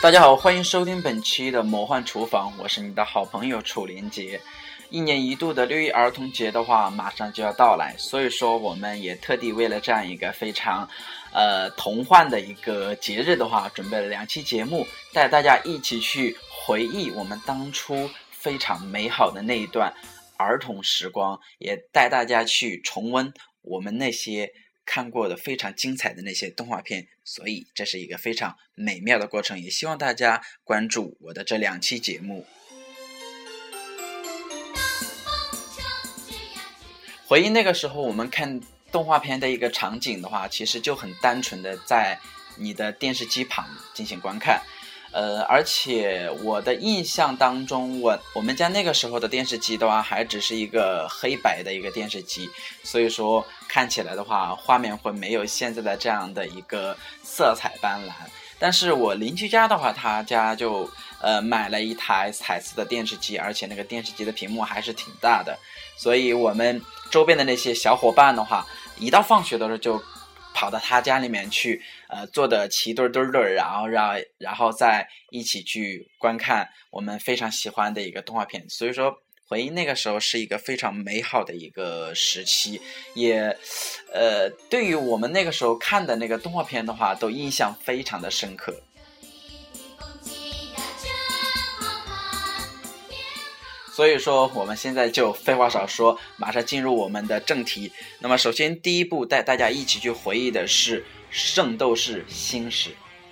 大家好，欢迎收听本期的魔幻厨房，我是你的好朋友楚连杰。一年一度的6一儿童节的话马上就要到来，所以说我们也特地为了这样一个非常童幻的一个节日的话，准备了2期节目，带大家一起去回忆我们当初非常美好的那一段儿童时光，也带大家去重温我们那些看过的非常精彩的那些动画片，所以这是一个非常美妙的过程，也希望大家关注我的这2期节目。回忆那个时候我们看动画片的一个场景的话，其实就很单纯的在你的电视机旁进行观看，而且我的印象当中，我们家那个时候的电视机的话，还只是一个黑白的一个电视机，所以说看起来的话，画面会没有现在的这样的一个色彩斑斓。但是我邻居家的话，他家就买了一台彩色的电视机，而且那个电视机的屏幕还是挺大的，所以我们周边的那些小伙伴的话，一到放学的时候就跑到他家里面去，坐的齐堆堆的，然后再一起去观看我们非常喜欢的一个动画片。所以说回忆那个时候是一个非常美好的一个时期，也对于我们那个时候看的那个动画片的话，都印象非常的深刻。所以说我们现在就废话少说，马上进入我们的正题。那么首先第一部带大家一起去回忆的是《圣斗士星矢》。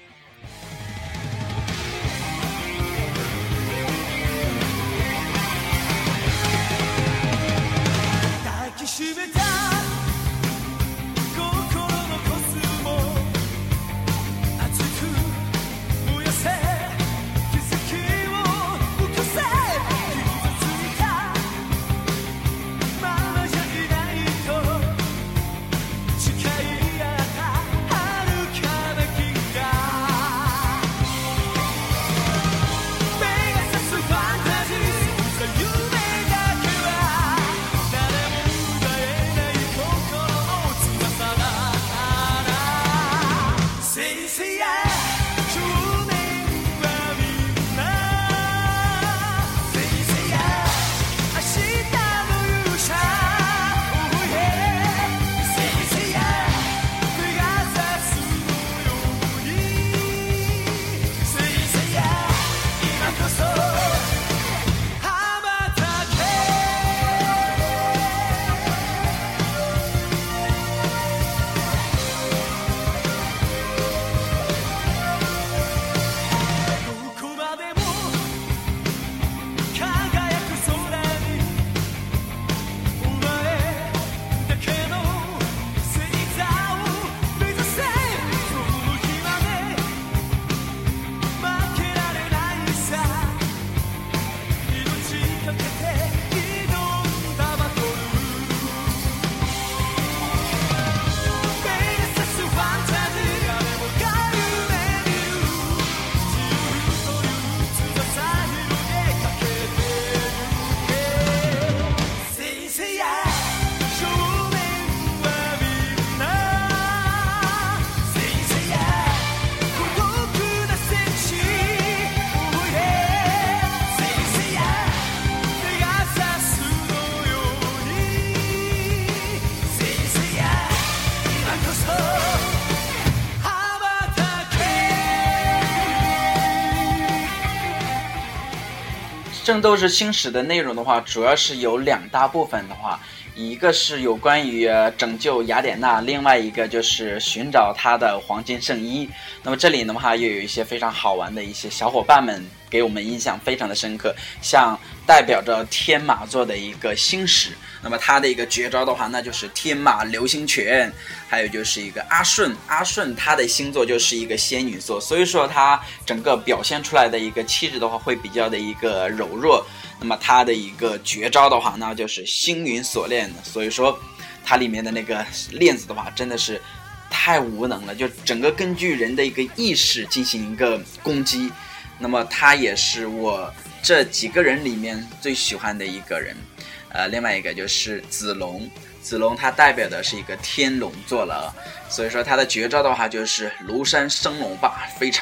圣斗士星矢的内容的话，主要是有2大部分的话，一个是有关于拯救雅典娜，另外一个就是寻找她的黄金圣衣。那么这里的话又有一些非常好玩的一些小伙伴们给我们印象非常的深刻，像代表着天马座的一个星矢，那么他的一个绝招的话，那就是天马流星拳，还有就是一个阿顺他的星座就是一个仙女座，所以说他整个表现出来的一个气质的话会比较的一个柔弱。那么他的一个绝招的话，那就是星云锁链的，所以说它里面的那个链子的话真的是太无能了，就整个根据人的一个意识进行一个攻击。那么他也是我这几个人里面最喜欢的一个人。另外一个就是子龙，子龙它代表的是一个天龙座了，所以说它的绝招的话就是庐山升龙霸，非常牛，霸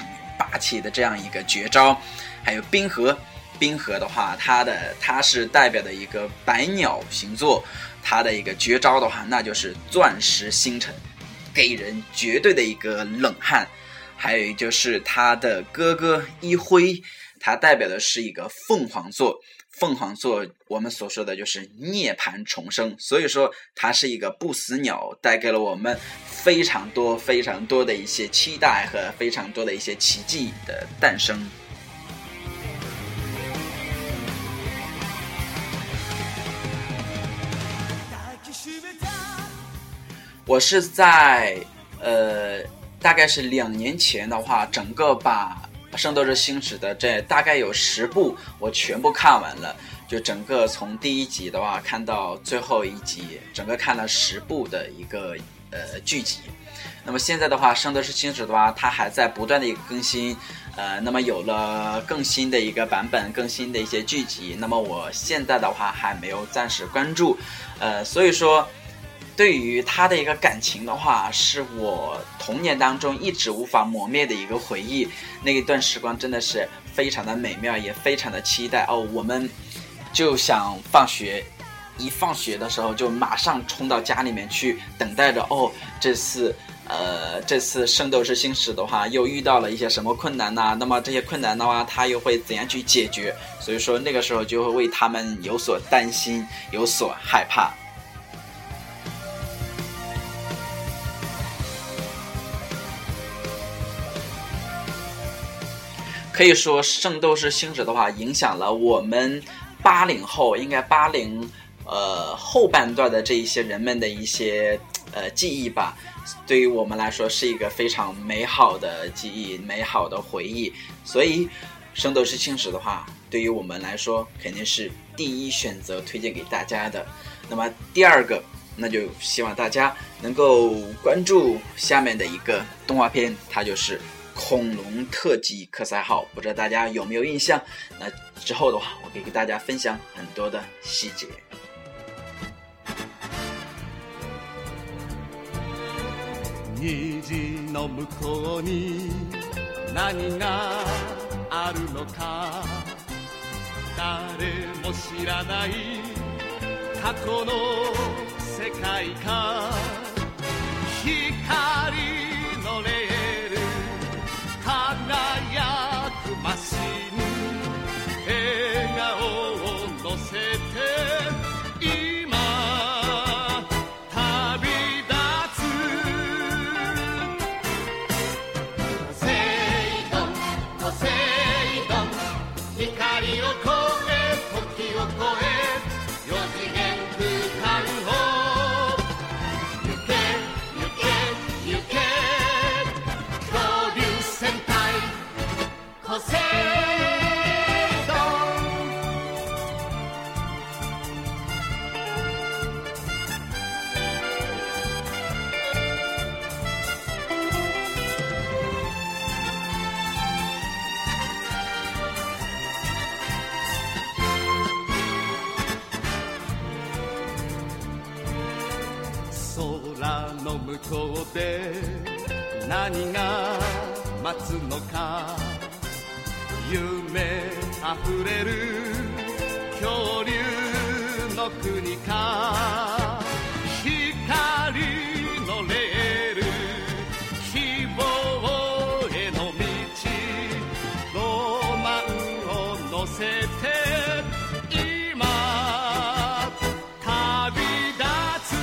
霸气的这样一个绝招。还有冰河的话，它是代表的一个百鸟星座，它的一个绝招的话，那就是钻石星辰，给人绝对的一个冷汗。还有就是它的哥哥一辉，它代表的是一个凤凰座，凤凰座我们所说的就是涅槃重生，所以说它是一个不死鸟，带给了我们非常多的一些期待和非常多的一些奇迹的诞生。我是在大概是2年前的话，整个把圣斗士星矢的这大概有10部我全部看完了，就整个从第1集的话看到最后1集，整个看了10部的一个剧集。那么现在的话，圣斗士星矢的话，它还在不断的一个更新，那么有了更新的一个版本，更新的一些剧集，那么我现在的话还没有暂时关注，所以说对于他的一个感情的话，是我童年当中一直无法磨灭的一个回忆。那一段时光真的是非常的美妙，也非常的期待哦。我们就想放学，一放学的时候就马上冲到家里面去，等待着哦，这次圣斗士星矢的话又遇到了一些什么困难呐？那么这些困难的话，他又会怎样去解决？所以说那个时候就会为他们有所担心，有所害怕。可以说圣斗士星矢的话影响了我们80后，应该80后半段的这一些人们的一些记忆吧。对于我们来说是一个非常美好的记忆，美好的回忆。所以圣斗士星矢的话对于我们来说肯定是第一选择，推荐给大家的。那么第二个，那就希望大家能够关注下面的一个动画片，它就是恐龙特级科赛号，不知道大家有没有印象？那之后的话，我可以给大家分享很多的细节。 虹の向こうに何があるのか、誰も知らない過去の世界か、光のレール輝くマシン、笑顔を乗せて今旅立つ。ポセイドンポセイドン、光を越え時を越え4次元空間を行け行け行け、恐竜戦隊ポセイドン。空の向こうで何が待つのか、夢あふれる恐竜の国か、光のレール希望への道、ロマンを乗せて今旅立つ。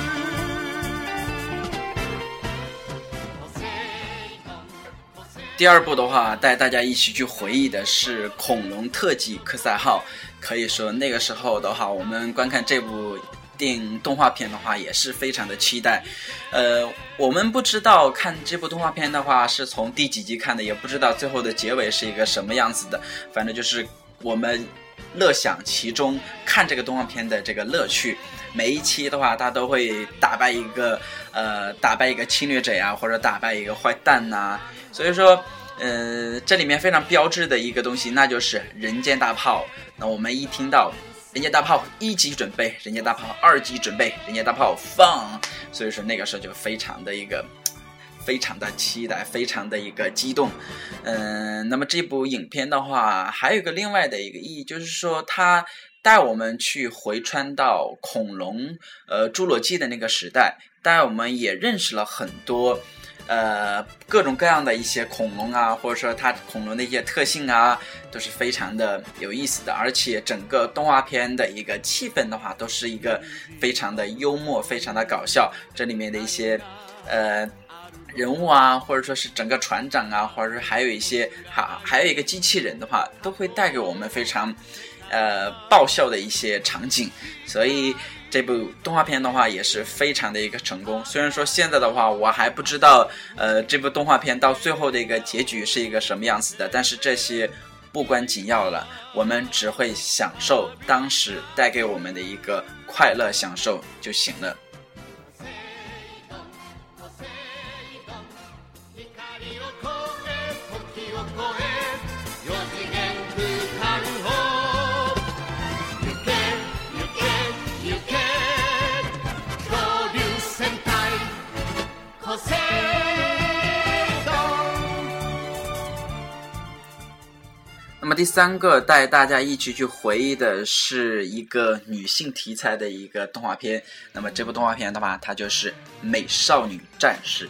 第二部的话，带大家一起去回忆的是恐龙特级科赛号。可以说那个时候的话，我们观看这部动画片的话也是非常的期待。我们不知道看这部动画片的话是从第几集看的，也不知道最后的结尾是一个什么样子的，反正就是我们乐享其中看这个动画片的这个乐趣。每一期的话他都会打败一个侵略者呀，或者打败一个坏蛋呐，所以说这里面非常标志的一个东西，那就是人间大炮。那我们一听到人间大炮1级准备，人间大炮2级准备，人间大炮放，所以说那个时候就非常非常的期待，非常的一个激动。那么这部影片的话，还有一个另外的一个意义，就是说它带我们去回穿到恐龙侏罗纪的那个时代，带我们也认识了很多各种各样的一些恐龙啊，或者说它恐龙的一些特性啊，都是非常的有意思的。而且整个动画片的一个气氛的话，都是一个非常的幽默，非常的搞笑。这里面的一些人物啊，或者说是整个船长啊，或者说还有一个机器人的话，都会带给我们非常爆笑的一些场景。所以这部动画片的话也是非常的一个成功。虽然说现在的话我还不知道这部动画片到最后的一个结局是一个什么样子的，但是这些不关紧要了，我们只会享受当时带给我们的一个快乐享受就行了。那么第三个带大家一起去回忆的是一个女性题材的一个动画片，那么这部动画片的话，它就是《美少女战士》。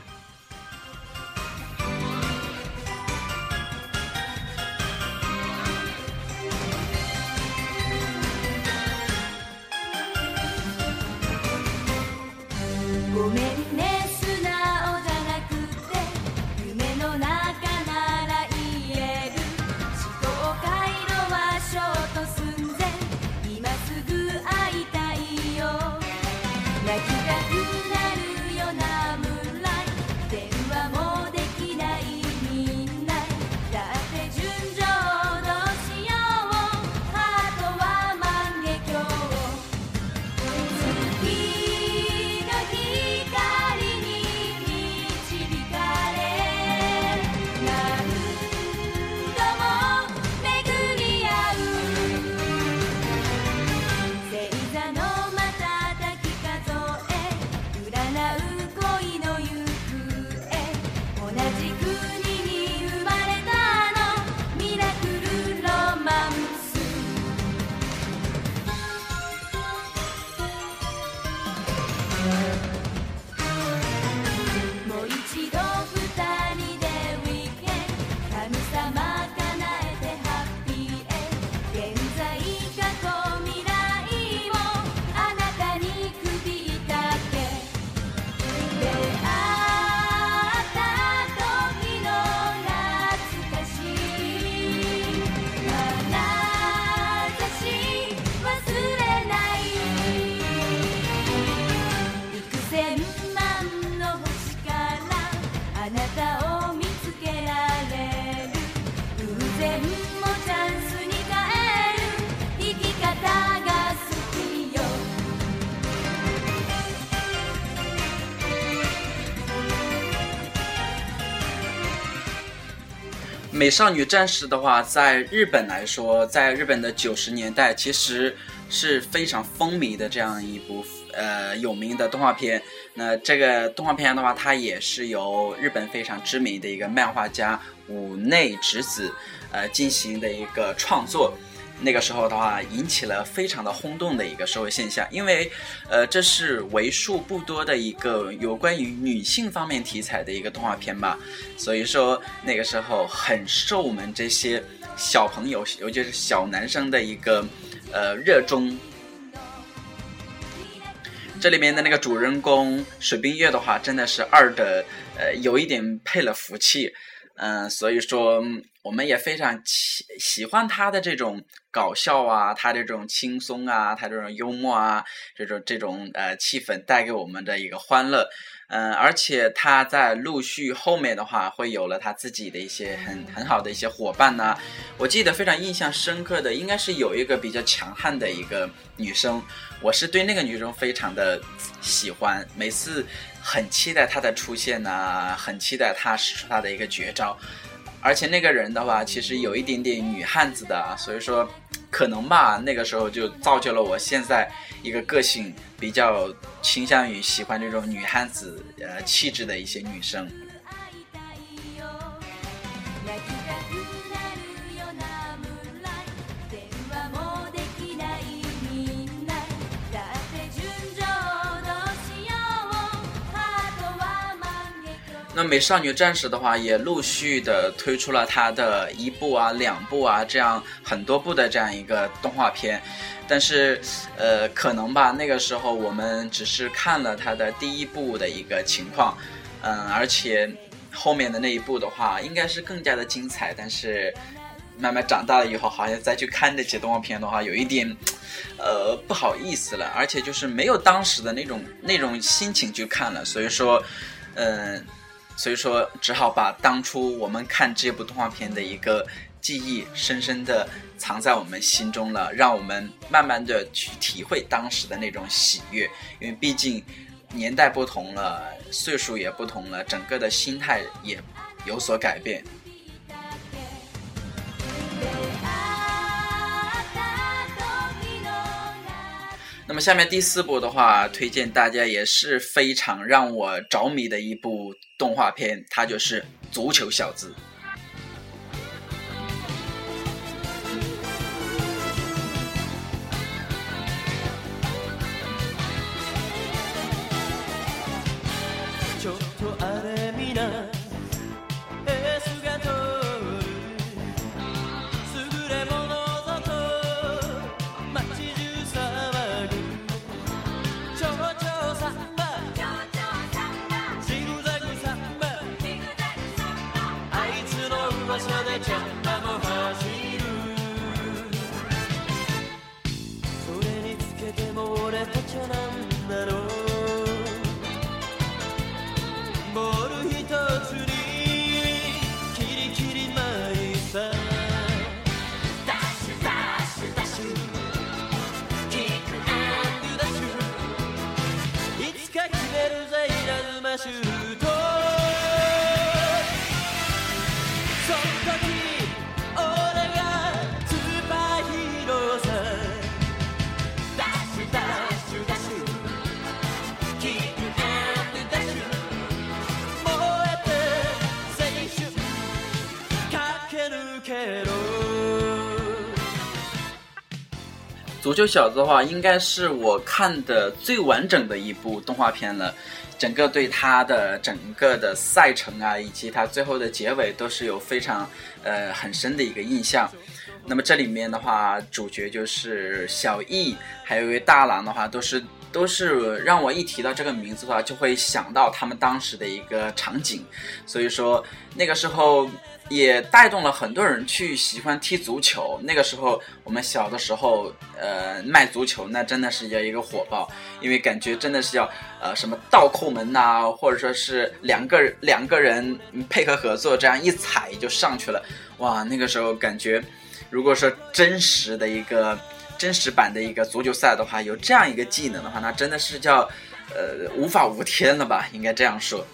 美少女战士的话，在日本来说，在日本的90年代其实是非常风靡的这样一部有名的动画片。那这个动画片的话，它也是由日本非常知名的一个漫画家武内直子进行的一个创作。那个时候的话，引起了非常的轰动的一个社会现象，因为这是为数不多的一个有关于女性方面题材的一个动画片吧，所以说那个时候很受我们这些小朋友，尤其是小男生的一个热衷。这里面的那个主人公水冰月的话，真的是二的有一点配了福气。所以说我们也非常喜欢他的这种搞笑啊，他这种轻松啊，他这种幽默啊，这种气氛带给我们的一个欢乐。而且他在陆续后面的话会有了他自己的一些很好的一些伙伴啊。我记得非常印象深刻的应该是有一个比较强悍的一个女生，我是对那个女生非常的喜欢，每次很期待她的出现啊，很期待她使出她的一个绝招。而且那个人的话其实有一点点女汉子的，所以说可能吧，那个时候就造就了我现在一个个性比较倾向于喜欢这种女汉子气质的一些女生。 那美少女战士的话也陆续的推出了它的1部啊2部啊这样很多部的这样一个动画片，但是可能吧那个时候我们只是看了它的第1部的一个情况，而且后面的那一部的话应该是更加的精彩，但是慢慢长大了以后好像再去看那些动画片的话有一点不好意思了，而且就是没有当时的那种心情去看了，所以说只好把当初我们看这部动画片的一个记忆深深的藏在我们心中了，让我们慢慢的去体会当时的那种喜悦，因为毕竟年代不同了，岁数也不同了，整个的心态也有所改变。那么下面第4部的话，推荐大家也是非常让我着迷的一部动画片，它就是《足球小子》。足球小子的话应该是我看的最完整的一部动画片了，整个对它的整个的赛程啊以及它最后的结尾都是有非常很深的一个印象。那么这里面的话主角就是小易，还有一位大郎的话都是让我一提到这个名字的话就会想到他们当时的一个场景，所以说那个时候也带动了很多人去喜欢踢足球。那个时候我们小的时候卖足球那真的是要一个火爆，因为感觉真的是要什么倒扣门啊，或者说是两个人配合合作这样一踩就上去了，哇，那个时候感觉如果说真实版的一个足球赛的话有这样一个技能的话，那真的是叫无法无天了吧，应该这样说。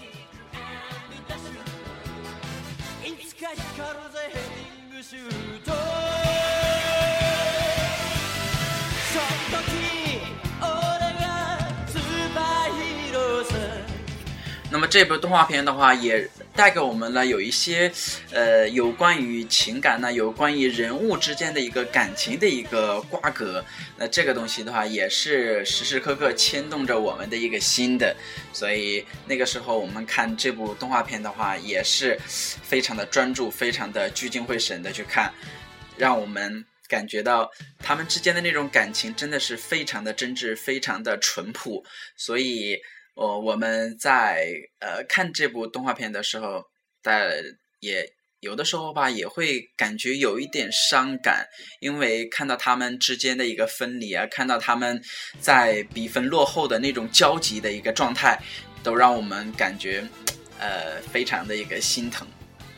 那么这部动画片的话也带给我们了有一些有关于情感呢，有关于人物之间的一个感情的一个瓜葛，那这个东西的话也是时时刻刻牵动着我们的一个心的，所以那个时候我们看这部动画片的话也是非常的专注，非常的聚精会神的去看，让我们感觉到他们之间的那种感情真的是非常的真挚，非常的淳朴，所以我们在看这部动画片的时候，也有的时候吧，也会感觉有一点伤感，因为看到他们之间的一个分离啊，看到他们在比分落后的那种焦急的一个状态，都让我们感觉非常的一个心疼。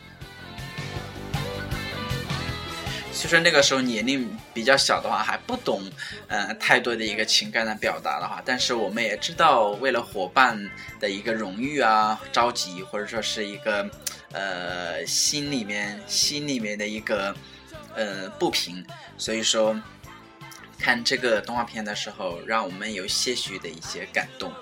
其实那个时候年龄比较小的话还不懂太多的一个情感的表达的话，但是我们也知道为了伙伴的一个荣誉啊着急，或者说是一个心里面的一个不平，所以说看这个动画片的时候让我们有些许的一些感动。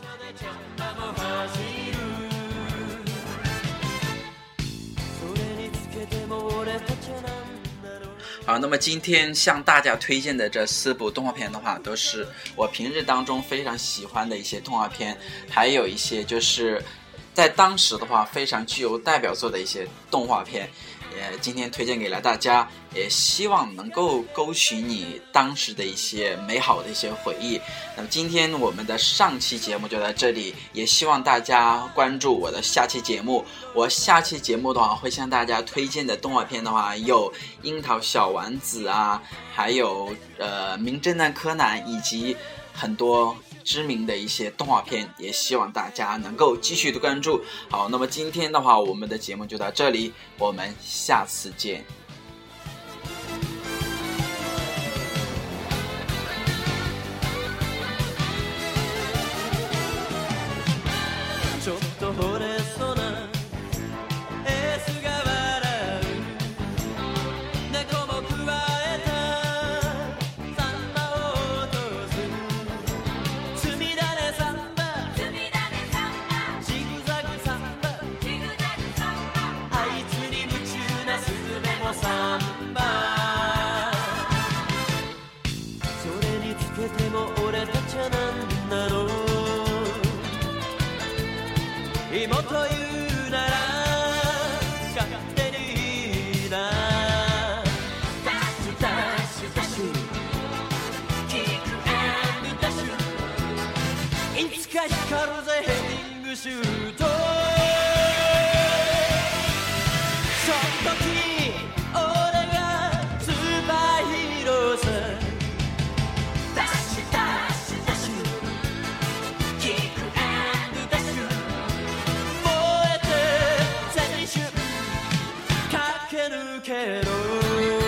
好，那么今天向大家推荐的这4部动画片的话，都是我平日当中非常喜欢的一些动画片，还有一些就是在当时的话非常具有代表作的一些动画片，今天推荐给了大家，也希望能够勾起你当时的一些美好的一些回忆。那么今天我们的上期节目就到这里，也希望大家关注我的下期节目。我下期节目的话会向大家推荐的动画片的话有樱桃小丸子啊，还有名侦探柯南，以及很多知名的一些动画片，也希望大家能够继续的关注。好，那么今天的话我们的节目就到这里，我们下次见。 ちょっと惚れそうなエースが笑う猫も加えたサンバを落とす積み種サンバジグザグサンバあいつに夢中なスズメもサンバそれにつけても俺たちはなんだろう妹言うなら勝手にいいなダッシュダッシュダッシュキックアンドダッシュいつか光るぜヘディングシュートその時俺がスーパーヒーローさダッシュダッシュダッシュキックアンドダッシュ駆け抜けろ